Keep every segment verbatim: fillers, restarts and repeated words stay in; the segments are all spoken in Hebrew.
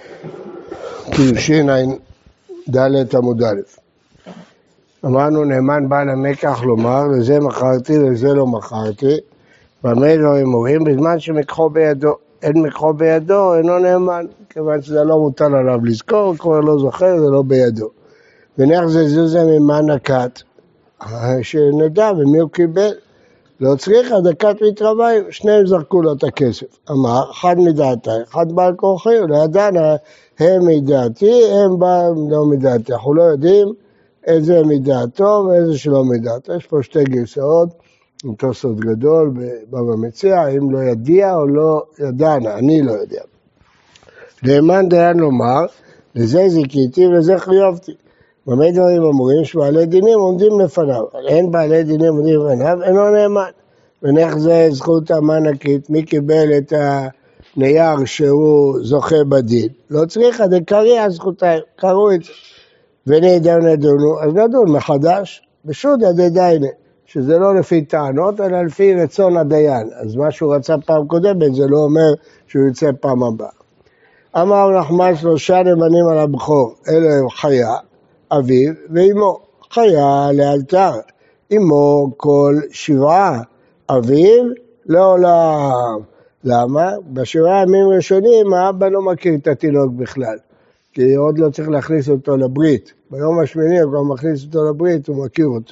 קידושין ד' עמוד א'. אמרנו נאמן בעל המקח לומר, לזה מכרתי ולזה לא מכרתי, במה לא אמורים, בזמן שמקחו בידו. אין מקחו בידו, אינו נאמן, כיוון שזה לא מוטל עליו לזכור, כבר לא זוכר, זה לא בידו. ונח זה זוזה ממה נקט, שנדע במי הוא קיבל. לא צריך הדקת מתרביים, שניהם זרקו לו את הכסף. אמר, אחד מדעתי, אחד בעל כורחי, ולעדנה הם מדעתי, הם באים לא מדעתי. אנחנו לא יודעים איזה מדעתו ואיזה שלא מדעתו. יש פה שתי גרסאות, אותו סוד גדול בבבא מציעא, אם לא ידיע או לא ידענה, אני לא יודע. נאמן דיין לומר, לזה זיכיתי ולזה חייבתי. במה דברים אמורים שבעלי דינים עומדים לפניו, אבל אין בעלי דינים עומדים לפניו, אינו נאמן. ונך זה זכות המענקית, מי קיבל את הנייר שהוא זוכה בדין, לא צריך, דקרי הזכותיים, קראו את זה. ונדון נדונו, אז נדון מחדש, בשוד הדדיינה, שזה לא לפי טענות, אלא לפי רצון הדיין. אז מה שהוא רצה פעם קודמת, זה לא אומר שהוא יצא פעם הבאה. אמר נחמן שלושה נאמנים על הבכור, אלה הם חיה, אביו ואמו. חיה לאלתר, אמו כל שבעה, אביו לעולם. למה? בשבעה ימים ראשונים האבא לא מכיר את התינוק בכלל, כי עוד לא צריך להכניס אותו לברית. ביום השמיני הוא כבר מכניס אותו לברית, הוא מכיר אותו.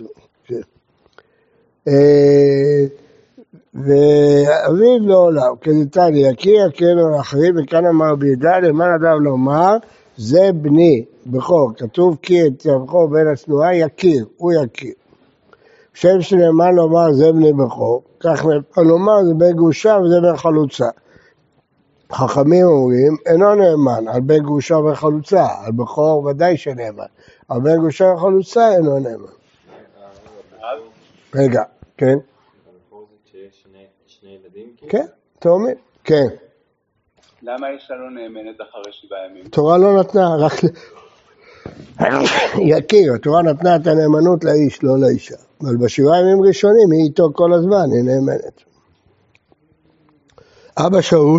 ואביו לעולם, כדתן יקיר, יקיר לאחרים, וכאן אמר בידע, למען אדם לומר, זה בני בכור, כתוב כי את הבכור בין הצנועה יכיר, הוא יכיר. שם שנאמן לומר זה בני בכור, כך נאמן לומר זה בן גרושה וזה בן חלוצה. חכמים אומרים, אינו נאמן על בן גרושה וחלוצה, על בכור ודאי שנאמן, על בן גרושה וחלוצה אינו נאמן. רגע, כן? הבכור זה כשיש שני ילדים? כן, תאומים, כן. למה אישה לא נאמנת אחרי שבעה ימים? התורה לא נתנה, רק יכיר, התורה נתנה את הנאמנות לאיש, לא לאישה. אבל בשבעה ימים ראשונים היא איתו כל הזמן, היא נאמנת. אבא שאול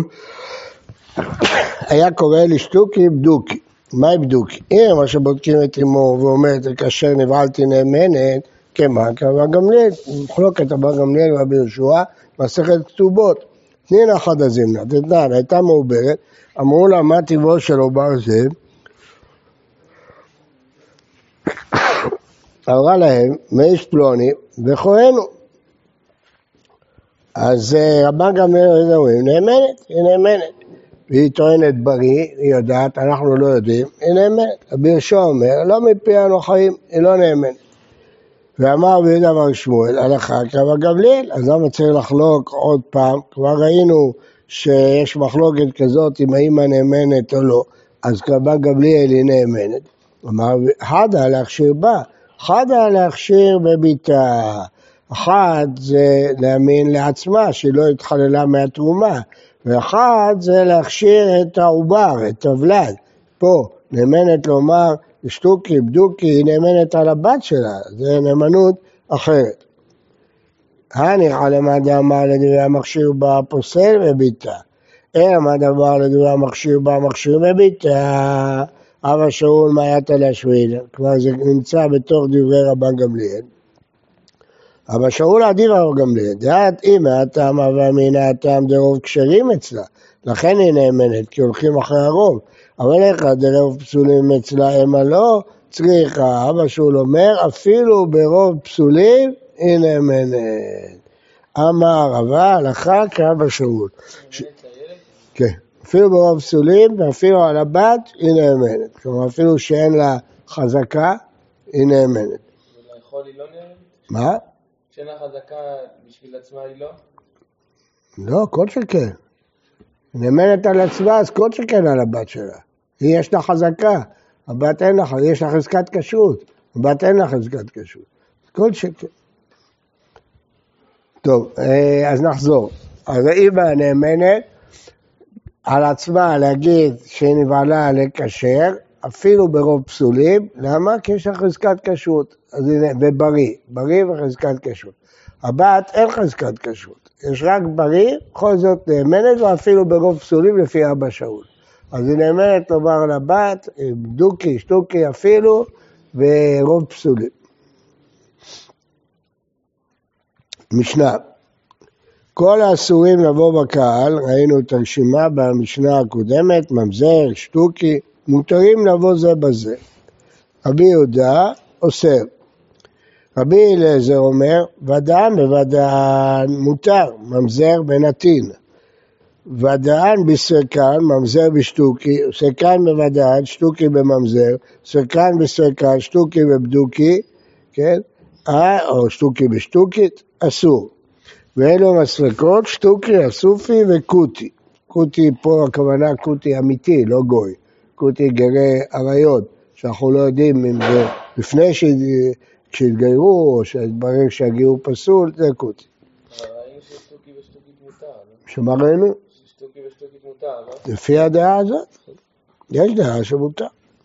היה קורא לשתוקי בדוקי. מהי בדוקי? אם מה שבודקים את אמו ואומרת, כאשר נבעלתי נאמנת, כמה? כמה גמליאל, מחלוקת הבא גמליאל והבא יהושע, מסכת כתובות. תנין אחד הזמנה, תתנן, הייתה מעוברת, אמרו לה מה טבעו של עובר זה, אמרה להם, מאיש פלוני וכהנו. אז רבן גמליאל אומרים, נאמנת, היא נאמנת. והיא טוענת בריא, היא יודעת, אנחנו לא יודעים, היא נאמנת. רבי יהושע אומר, לא מפי אנו חיים, היא לא נאמנת. ואמר ביהודה בר שמואל, הלכה כרבן גמליאל, אז למה צריך לחלוק עוד פעם? כבר ראינו שיש מחלוקת כזאת אם האמא נאמנת או לא, אז כרבן גמליאל היא נאמנת. אמר, חדה להכשיר בה, חדה להכשיר בביתה, אחד זה להאמין לעצמה שהיא לא התחללה מהתרומה, ואחד זה להכשיר את העובר, את הוולד. פה נאמנת לומר, שתוקי, בדוקי, היא נאמנת על הבת שלה, זה נאמנות אחרת. הנראה למה דאמר לדברי המכשיר בה פוסל בביתה, אלא מה דבר לדברי המכשיר בה מכשיר בביתה, אבא שאול מעיית על השביל, כבר זה נמצא בתוך דברי רבן גמליאל. אבא שאול עדיף רבן גמליאל, דעת אימא הטעם והמינה הטעם דרוב כשרים אצלה, לכן היא נאמנת, כי הולכים אחרי הרוב. אבל איך דרוב פסולים אצלה אמה לא צריכה, אבא שאול אומר, אפילו ברוב פסולים היא נאמנת. אמר רבה, הלכה כאבא שאול. כן, אפילו ברוב פסולים ואפילו על הבת היא נאמנת. כלומר, אפילו שאין לה חזקה, היא נאמנת. ולאכול היא לא נאמנת? מה? שאין לה חזקה בשביל עצמה היא לא? לא, כל שכן. היא נאמנת על עצמה, אז כל שכן על הבת שלה. היא יש לה חזקה, הבת אין לה, יש לה חזקת כשרות, הבת אין לה חזקת כשרות. כל שכן. טוב, אז נחזור. אז האמא נאמנת על עצמה להגיד שהיא נבעלה לקשר, אפילו ברוב פסולים. למה? כי יש לה חזקת כשרות, ובריא, בריא וחזקת כשרות. הבת אין חזקת כשרות, יש רק בריא, בכל זאת נאמנת, ואפילו ברוב פסולים לפי אבא שאול. אז היא נאמרת לומר לבת, דוקי, שטוקי אפילו, ורוב פסולים. משנה, כל האסורים לבוא בקהל, ראינו את הרשימה במשנה הקודמת, ממזר, שטוקי, מותרים לבוא זה בזה. רבי יהודה אוסר. רבי אליעזר אומר, ודען בוודען מותר, ממזר בנתין. ודען בסרקן, ממזר בשטוקי, סרקן בוודען, שטוקי בממזר, סרקן בסרקן, שטוקי בבדוקי, כן? אה, או שטוקי בשטוקית, אסור. ואלו מסרקות, שטוקי, אסופי וקוטי. קוטי פה הכוונה קוטי אמיתי, לא גוי. קוטי גרי עריות, שאנחנו לא יודעים אם זה לפני שהתגיירו או שהתברר שהגיור פסול, זה קוטי. ראינו ששטוקי ושטוקית מותר, לא? שמה ראינו? ששטוקי ושטוקית מותר, לא? לפי הדעה הזאת, יש דעה שמותר.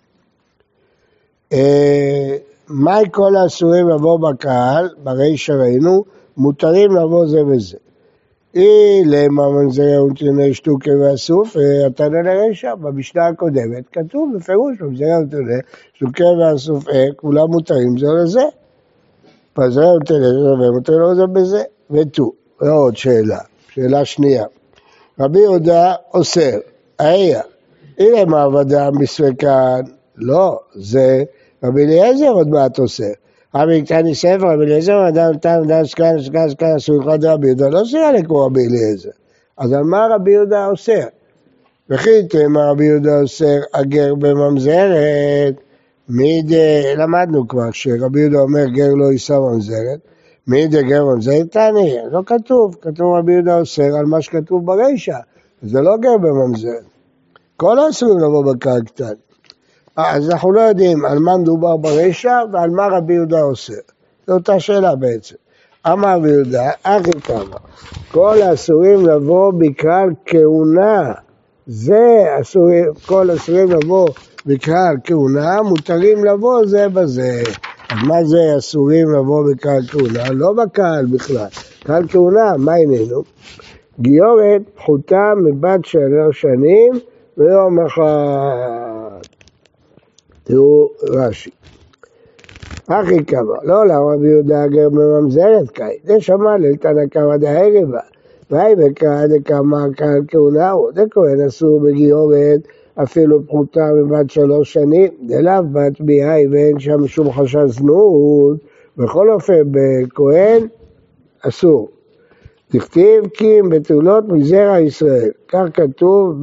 מהי כל האסורים לבוא בקהל, ברי שראינו, מותרים לבוא זה וזה. היא למה מנזרי ונתוני שטוקי ואסוף, אתה נראה שם, במשנה הקודמת, כתוב בפירוש, מנזרי ונתוני שטוקי ואסוף, כולם מותרים זה לזה. מנזרי ונתוני שטוקי ומותרים זה בזה, ותו. ועוד שאלה, שאלה שנייה. רבי יהודה אוסר, היה, הנה מה ודען בסרקן, לא, זה רבי אליעזר עוד מעט אוסר. רבי קטני ספר, רבי אליעזר, אדם תם, דם, סקן, סקן, סקן, אסור אחד רבי יהודה, לא סירה לקרוא רבי אליעזר. אז על מה רבי יהודה אוסר? וכי תאמר רבי יהודה אוסר, הגר בממזרת, מידי, למדנו כבר שרבי יהודה אומר גר לא יישא ממזרת, מידי גר ממזרת, תעני, לא כתוב, כתוב רבי יהודה אוסר על מה שכתוב ברישה, זה לא גר בממזרת. כל האסורים לבוא בקהל קטן. אז אנחנו לא יודעים על מה מדובר ברישה ועל מה רבי יהודה עושה. זו אותה שאלה בעצם. אמר רבי יהודה, אחי כמה, כל האסורים לבוא בקהל כהונה, זה אסורים, כל האסורים לבוא בקהל כהונה, מותרים לבוא זה בזה. אז מה זה אסורים לבוא בקהל כהונה? לא בקהל בכלל. קהל כהונה, מה איננו? גיורת פחותה מבת שלוש שנים ויום אחד. תראו רש"י. אחי כמה, לא למה רבי יהודה גר בממזרת קאי, זה שמע ללתנא קמא דהרבה, והי וקרא דקמא קהל כהונה, זה כהן אסור בגיורת אפילו פחותה מבת שלוש שנים, דלאו בת ביהי ואין שם שום חשש זנות, בכל אופן בכהן אסור. תכתיב כי אם בתולות מזרע ישראל, כך כתוב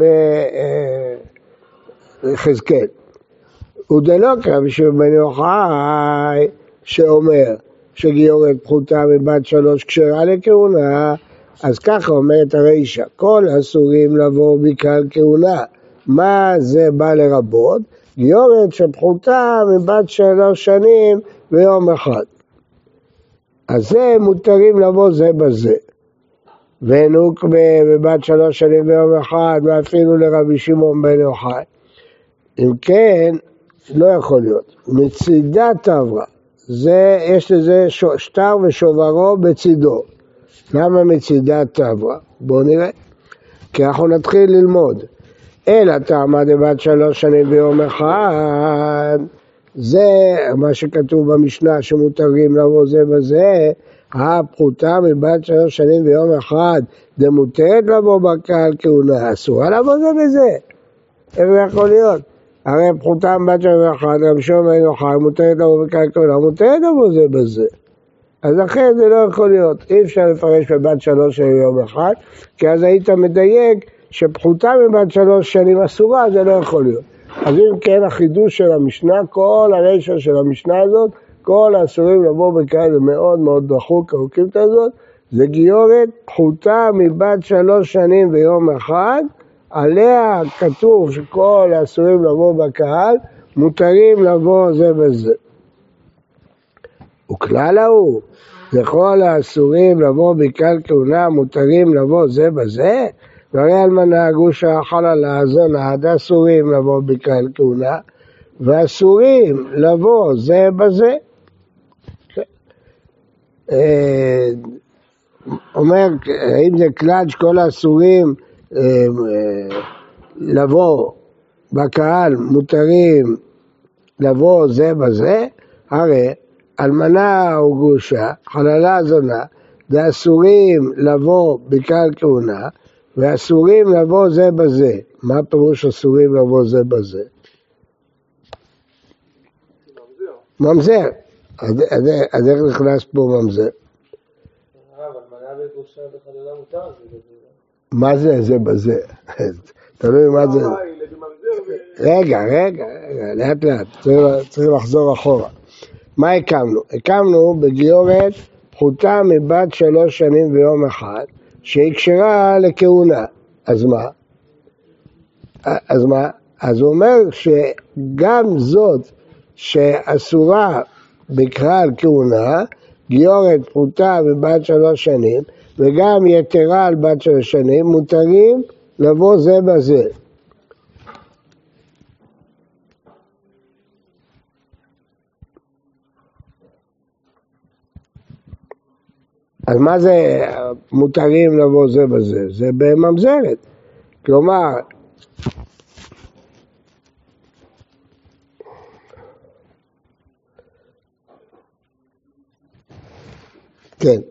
בחזקאל. ודלא קרא בשביל בן יוחאי שאומר שגיורת פחותה מבת שלוש כשרה לכהונה, אז ככה אומרת הרישה, כל אסורים לבוא בקהל כהונה, מה זה בא לרבות? גיורת שפחותה מבת שלוש שנים ויום אחד. אז זה מותרים לבוא זה בזה. ונוק בבת שלוש שנים ויום אחד, ואפילו לרבי שמעון בן יוחאי. אם כן, לא יכול להיות. מצידה תברה, זה, יש לזה שטר ושוברו בצידו. למה מצידה תברה? בואו נראה. כי אנחנו נתחיל ללמוד. אלא תעמד בת שלוש שנים ביום אחד, זה מה שכתוב במשנה שמותרים לבוא זה בזה, הפחותה מבת שלוש שנים ביום אחד, דמותרת לבוא בקהל כהונה, אסורה לבוא זה בזה. איך זה יכול להיות? הרי פחותה מבת שלוש אחד, רבי שמעון בן יוחאי, מותרת לבוא בקהל כהונה, מותרת לבוא זה בזה. אז לכן זה לא יכול להיות, אי אפשר לפרש בבת שלוש שנים ביום אחד, כי אז היית מדייק שפחותה מבת שלוש שנים אסורה, זה לא יכול להיות. אז אם כן החידוש של המשנה, כל הרשע של המשנה הזאת, כל האסורים לבוא בקהל, זה מאוד מאוד דחוק, הרוקמת הזאת, זה גיורת פחותה מבת שלוש שנים ויום אחד, עליה כתוב שכל האסורים לבוא בקהל, מותרים לבוא זה וזה. וכלל ההוא, לכל האסורים לבוא בקהל כהונה, מותרים לבוא זה בזה, והרי אלמנה הגושה חללה זו נעד אסורים לבוא בקהל כהונה, ואסורים לבוא זה בזה. אומר, האם זה כלל שכל האסורים לבוא בקהל מותרים לבוא זה בזה, הרי אלמנה או גרושה, חללה זונה, ואסורים לבוא בקהל כהונה, ואסורים לבוא זה בזה. מה פירוש אסורים לבוא זה בזה? ממזר. אז איך נכנס פה ממזר? אבל מנה וגרושה וחללה מותר זה בזה. מה זה זה בזה? תלוי מה זה. רגע, רגע, רגע, לאט לאט, צריך לחזור אחורה. מה הקמנו? הקמנו בגיורת פחותה מבת שלוש שנים ויום אחד, שהיא קשרה לכהונה. אז מה? אז מה? אז הוא אומר שגם זאת שאסורה בקהל כהונה, גיורת פחותה מבת שלוש שנים, וגם יתרה על בת שלוש שנים, מותרים לבוא זה בזה. אז מה זה מותרים לבוא זה בזה? זה בממזרת. כלומר, כן.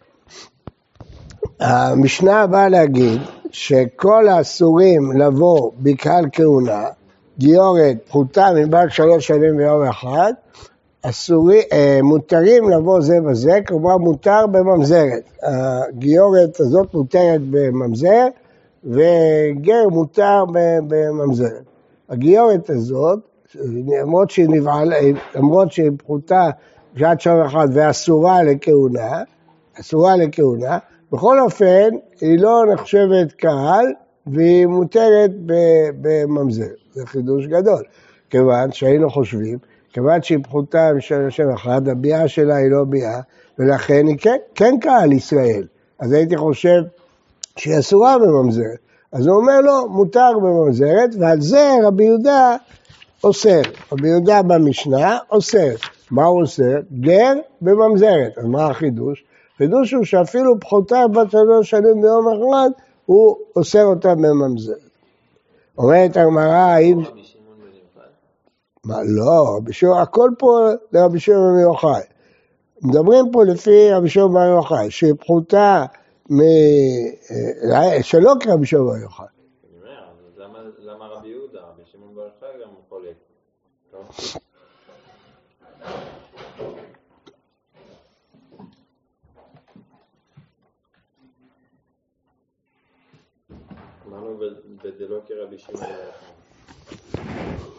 המשנה באה להגיד שכל האסורים לבוא בקהל כהונה, גיורת פחותה מבת שלוש שנים ויום אחד, אסורי, אה, מותרים לבוא זה וזה, כלומר מותר בממזרת. הגיורת הזאת מותרת בממזר, וגר מותר בממזרת. הגיורת הזאת, למרות שהיא נבעלה, למרות שהיא פחותה בשעת שום אחד ואסורה לכהונה, אסורה לכהונה, בכל אופן היא לא נחשבת קהל והיא מותרת בממזר. זה חידוש גדול, כיוון שהיינו חושבים, כיוון שהיא פחותה בשעת שום אחד, הביאה שלה היא לא ביאה, ולכן היא כן, כן קהל ישראל. אז הייתי חושב שהיא אסורה בממזרת. אז הוא אומר לו, מותר בממזרת, ועל זה רבי יהודה אוסר. רבי יהודה במשנה אוסר. מה הוא אוסר? גר בממזרת. אז מה החידוש? החידוש הוא שאפילו פחותה בת שלוש שנים ביום אחד, הוא אוסר אותה בממזרת. אומרת הגמרא, האם... מה, לא, רבי שמעון, הכל פה לרבי שמעון בר יוחאי. מדברים פה לפי רבי שמעון בר יוחאי, שהיא פחותה מ... שלא כרבי שמעון בר יוחאי. אני אומר, למה רבי יהודה? רבי שמעון בר יוחאי גם חולק. אמרנו בדלו כרבי שמעון בר יוחאי.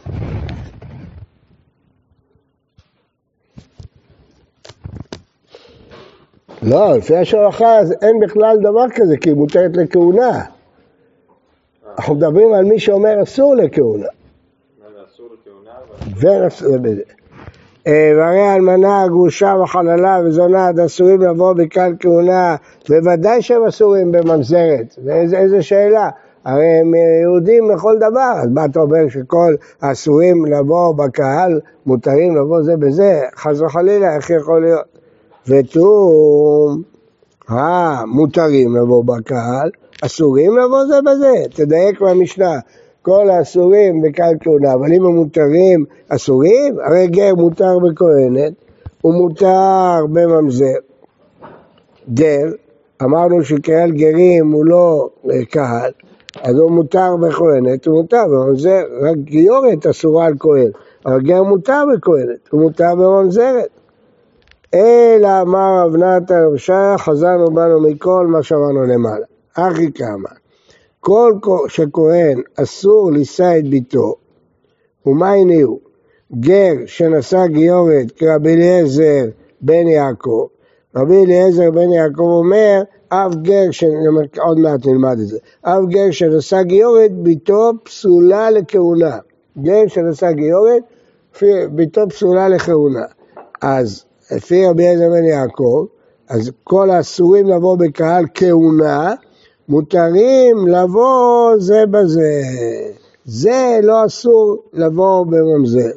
לא, לפי השולחה אין בכלל דבר כזה, כי היא מותרת לכהונה. אנחנו מדברים על מי שאומר אסור לכהונה. אסור לכהונה? ואסור בזה. והרי אלמנה, גרושה וחללה וזונה, אסורים לבוא בקהל כהונה, בוודאי שהם אסורים בממזרת. ואיזה שאלה? הרי הם יהודים לכל דבר, אז מה אתה אומר שכל האסורים לבוא בקהל, מותרים לבוא זה בזה? חס וחלילה, איך יכול להיות? ותום, המותרים לבוא בקהל, אסורים לבוא זה בזה, תדייק במשנה, כל האסורים בקהל כהונה, אבל אם הם מותרים אסורים, הרי גר מותר בכהנת, הוא מותר בממזר. גר, אמרנו שקהל גרים הוא לא קהל, אז הוא מותר בכהנת, הוא מותר בממזר, רק גיורת אסורה על כהן, אבל גר מותר בכהנת, הוא מותר בממזרת. אלא אמר רב נתן רב שך, חזרנו בנו מכל מה שאמרנו למעלה. אחי כמה, כל שכהן אסור לישא את ביתו, ומה הניעו? גר שנשא גיורת כרבי אליעזר בן יעקב, רבי אליעזר בן יעקב אומר, אף גר, ש... עוד מעט נלמד את זה, אף גר שנשא גיורת, ביתו פסולה לכהונה. גר שנשא גיורת, ביתו פסולה לכהונה. אז לפי רבי אליעזר בן יעקב, אז כל האסורים לבוא בקהל כהונה, מותרים לבוא זה בזה. זה לא אסור לבוא בממזר.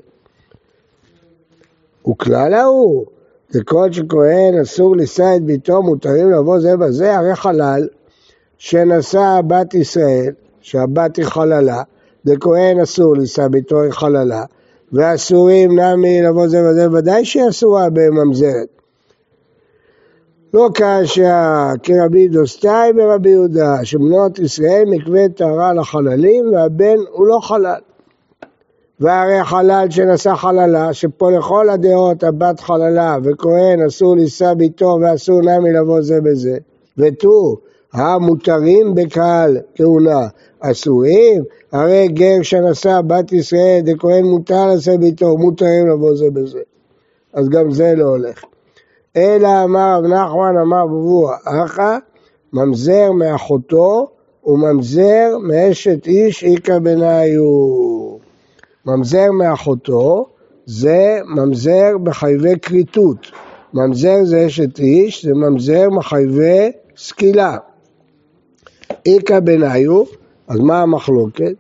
וכלל ההוא, לכל שכהן אסור לישא את ביתו, מותרים לבוא זה בזה, הרי חלל שנשא בת ישראל, שהבת היא חללה, דכהן אסור לישא ביתו חללה, ואסורים נמי לבוא זה וזה, ודאי שאסורה בממזרת. לא כאשר כרבי דוסטאי ברבי יהודה, שבנות ישראל מקווה טהרה לחללים, והבן הוא לא חלל. והרי חלל שנשא חללה, שפה לכל הדעות הבת חללה, וכהן אסור לישא ביתו ואסור נמי לבוא זה בזה. ותו, המותרים בקהל כהונה אסורים, הרי גר שנשא בת ישראל, דכהן מותר לשא ביתו, מותרים לבוא זה בזה. אז גם זה לא הולך. אלא אמר רב נחמן אמר בבוע, אחא ממזר מאחותו וממזר מאשת איש איכא בניו. ממזר מאחותו זה ממזר בחייבי כריתות. ממזר זה אשת איש, זה ממזר מחייבי סקילה. איכא בניו, אז מה המחלוקת?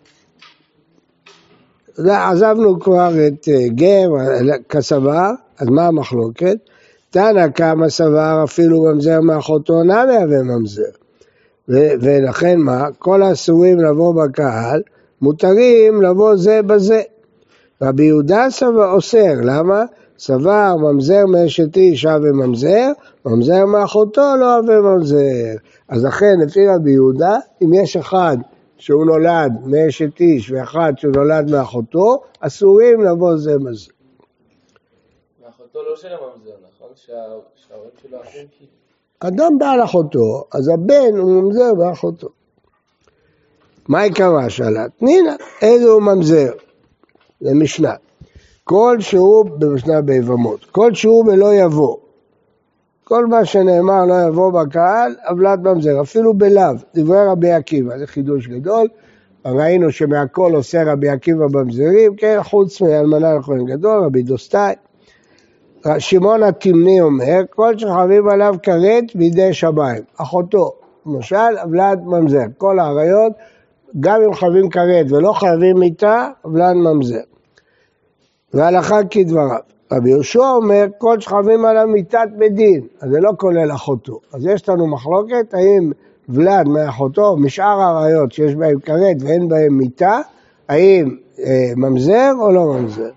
עזבנו כבר את גר, כסבר, אז מה המחלוקת? תנא קמא סבר אפילו ממזר מאחותו נמי הווה ממזר. ו- ולכן מה? כל האסורים לבוא בקהל, מותרים לבוא זה בזה. רבי יהודה סבר אוסר, למה? סבר ממזר מאשת איש הווה ממזר, ממזר מאחותו לא הווה ממזר. אז לכן לפי רבי יהודה, אם יש אחד שהוא נולד מאשת איש ואחד שהוא נולד מאחותו, אסורים לבוא זה בזה. מאחותו לא של הממזר, נכון? שההורים שלו אחים כי... אדם בעל אחותו, אז הבן הוא ממזר באחותו. מה יקרה שאלה? תנינה, איזה הוא ממזר? זה משנה. כל שהוא, במשנה ביבמות, כל שהוא בלא יבוא. כל מה שנאמר לא יבוא בקהל, עוולת ממזר, אפילו בלאו, דברי רבי עקיבא, זה חידוש גדול. ראינו שמהכל עושה רבי עקיבא במזרים, כן, חוץ מאלמנה לכהן גדול, רבי דוסטאי. שמעון התמני אומר, כל שחייבים עליו כרת בידי שמיים, אחותו, למשל, עוולת ממזר, כל העריות, גם אם חייבים כרת ולא חייבים מיתה, עוולת ממזר. והלכה כדבריו. רבי יהושע אומר, כל שחייבים עליו מיתת בדין, אז זה לא כולל אחותו. אז יש לנו מחלוקת, האם ולד מאחותו, משאר העריות שיש בהם כרת ואין בהם מיתה, האם אה, ממזר או לא ממזר?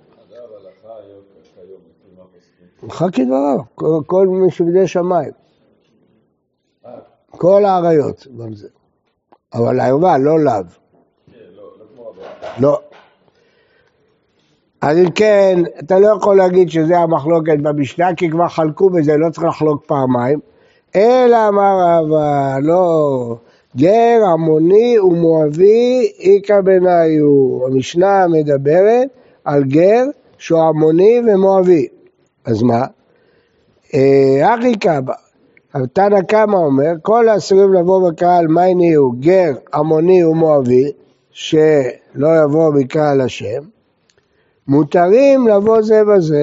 הלכה כדבריו, כל, כל מי שבידי שמיים. כל העריות ממזר. אבל הערווה לא לאו. לא. אז אם כן, אתה לא יכול להגיד שזה המחלוקת במשנה, כי כבר חלקו בזה, לא צריך לחלוק פעמיים. אלא אמר רבא, לא, גר עמוני ומואבי איכא בניו. המשנה מדברת על גר שהוא עמוני ומואבי. אז מה? אחי קבא. תנא קמא אומר, כל האסורים לבוא בקהל, מה נהיו? גר עמוני ומואבי, שלא יבוא בקהל השם. מותרים לבוא זה בזה.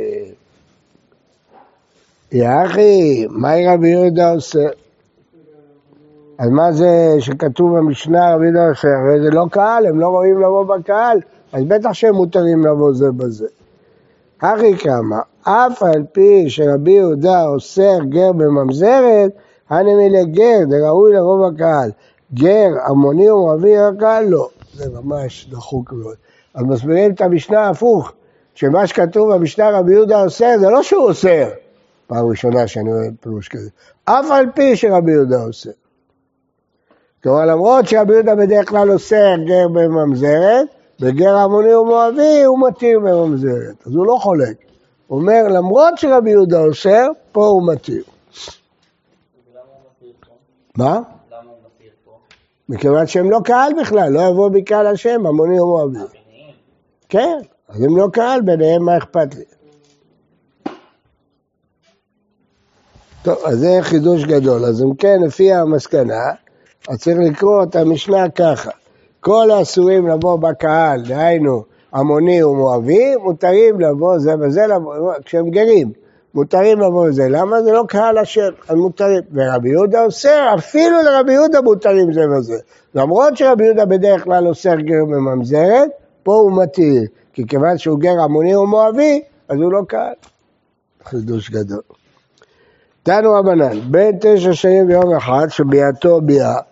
יא אחי, מהי רבי יהודה עושה? אז מה זה שכתוב במשנה רבי יהודה עושה? הרי זה לא קהל, הם לא רואים לבוא בקהל, אז בטח שהם מותרים לבוא זה בזה. אחי כמה, אף על פי שרבי יהודה אוסר גר בממזרת, הנה מלגר, זה ראוי לבוא בקהל. גר, עמוני ומואבי בקהל, לא. זה ממש דחוק מאוד. אז מסבירים את המשנה הפוך, שמה שכתוב במשנה רבי יהודה אוסר, זה לא שהוא אוסר. פעם ראשונה שאני רואה פירוש כזה. אף על פי שרבי יהודה אוסר. כלומר, למרות שרבי יהודה בדרך כלל אוסר גר בממזרת, בגר עמוני ומואבי הוא מתיר בממזרת. אז הוא לא חולק. הוא אומר, למרות שרבי יהודה אוסר, פה הוא מתיר. למה הוא מתיר פה? מה? למה הוא מתיר פה? מכיוון שהם לא קהל בכלל, לא יבוא בקהל השם, עמוני ומואבי. כן, אז אם לא קהל ביניהם, מה אכפת לי? טוב, אז זה חידוש גדול. אז אם כן, לפי המסקנה, אז צריך לקרוא את המשנה ככה. כל האסורים לבוא בקהל, דהיינו עמוני ומואבי, מותרים לבוא זה וזה, לבוא, כשהם גרים, מותרים לבוא זה. למה? זה לא קהל השם, אז מותרים. ורבי יהודה אוסר, אפילו לרבי יהודה מותרים זה וזה. למרות שרבי יהודה בדרך כלל אוסר גר בממזרת, פה הוא מתיר. כי כיוון שהוא גר עמוני ומואבי, אז הוא לא קהל. חידוש גדול. תנו רבנן, בין תשע שנים ביום אחד, שביעתו ביעה,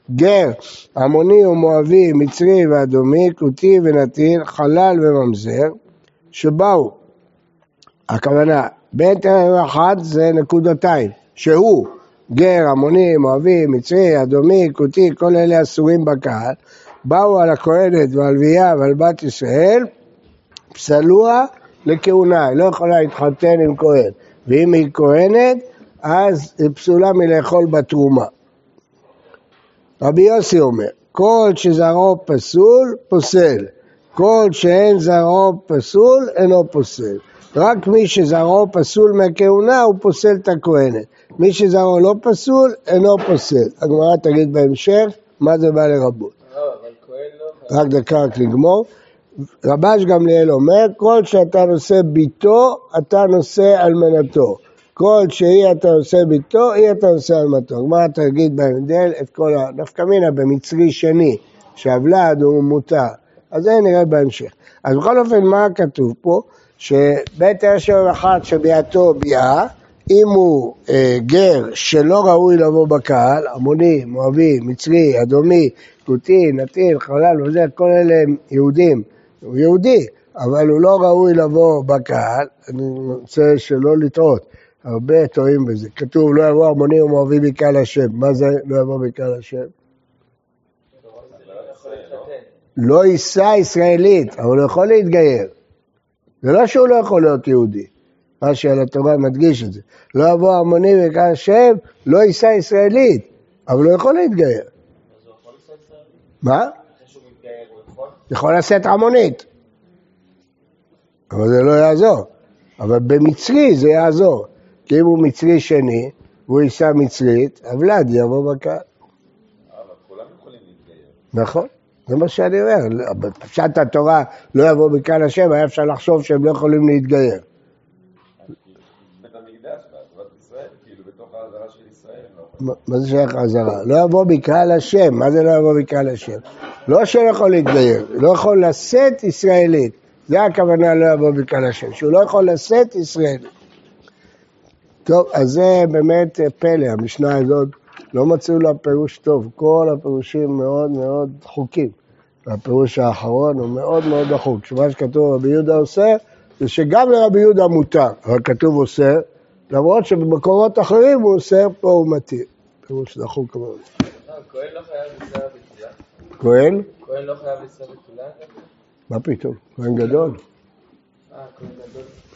גר, עמוני ומואבי, מצרי ואדומי, כותי ונטיל, חלל וממזר, שבאו, הכוונה, בין תראה אחד זה נקודתיים, שהוא גר, עמוני, מואבי, מצרי, אדומי, כותי, כל אלה אסורים בקהל, באו על הכהנת והלוויה ועל בת ישראל, פסלוה לכהונה, היא לא יכולה להתחתן עם כהן, ואם היא כהנת, אז היא פסולה מלאכול בתרומה. רבי יוסי אומר, כל שזרעו פסול, פוסל, כל שאין זרעו פסול, אינו פוסל. רק מי שזרעו פסול מהכהונה, הוא פוסל את הכהנת. מי שזרעו לא פסול, אינו פוסל. הגמרא תגיד בהמשך, מה זה בא לרבות. לא, אבל כהן לא... רק דקה רק לגמור. רבש גמליאל אומר, כל שאתה נושא ביתו, אתה נושא אלמנתו. כל שהיא אתה נושא ביתו, היא אתה נושא אלמנתו. הגמרא תגיד בהבדל את כל הנפקא מינה במצרי שני, שהוולד הוא מותר. אז זה נראה בהמשך. אז בכל אופן, מה כתוב פה? שבית הרשם אחד שביעתו ביעה, אם הוא אה, גר שלא ראוי לבוא בקהל, עמוני, מואבי, מצרי, אדומי, כותי, נטיל, חלל וזה, כל אלה הם יהודים, הוא יהודי, אבל הוא לא ראוי לבוא בקהל, אני רוצה שלא לטעות, הרבה טועים בזה, כתוב לא יבוא עמוני ומואבי בקהל השם, מה זה לא יבוא בקהל השם? לא יישא ישראלית, אבל הוא יכול להתגייר, זה לא שהוא לא יכול להיות יהודי, מה שעל התורה מדגיש את זה. לא יבוא עמוני בקהל השם, לא יישא ישראלית, אבל הוא יכול להתגייר. אז הוא יכול לעשות ישראלית? מה? אחרי שהוא מתגייר הוא יכול? יכול לשאת עמונית. אבל זה לא יעזור. אבל במצרי זה יעזור. כי אם הוא מצרי שני, והוא יישא מצרית, הוולד יבוא בקהל. אבל כולם יכולים להתגייר. נכון. זה מה שאני אומר. בפשט התורה לא יבוא בקהל השם, היה אפשר לחשוב שהם לא יכולים להתגייר. בית המקדש, בעזרת ישראל, כאילו בתוך העזרה של ישראל. מה זה שייך העזרה? לא יבוא בקהל השם. מה זה לא יבוא בקהל השם? לא שהוא יכול להתגייר, לא יכול לשאת ישראלית. זה הכוונה לא יבוא בקהל השם, שהוא לא יכול לשאת ישראלית. טוב, אז זה באמת פלא, המשנה הזאת לא מצאו לה פירוש טוב, כל הפירושים מאוד מאוד דחוקים. והפירוש האחרון הוא מאוד מאוד דחוק, שמה שכתוב רבי יהודה עושה, זה שגם לרבי יהודה מותר, אבל כתוב אוסר, למרות שבמקורות אחרים הוא אוסר, פה הוא מתיר. פירוש דחוק מאוד. כהן לא חייב לנסוע בתפילה? כהן? כהן לא חייב לנסוע בתפילה? מה פתאום? כהן גדול. אה, כהן גדול.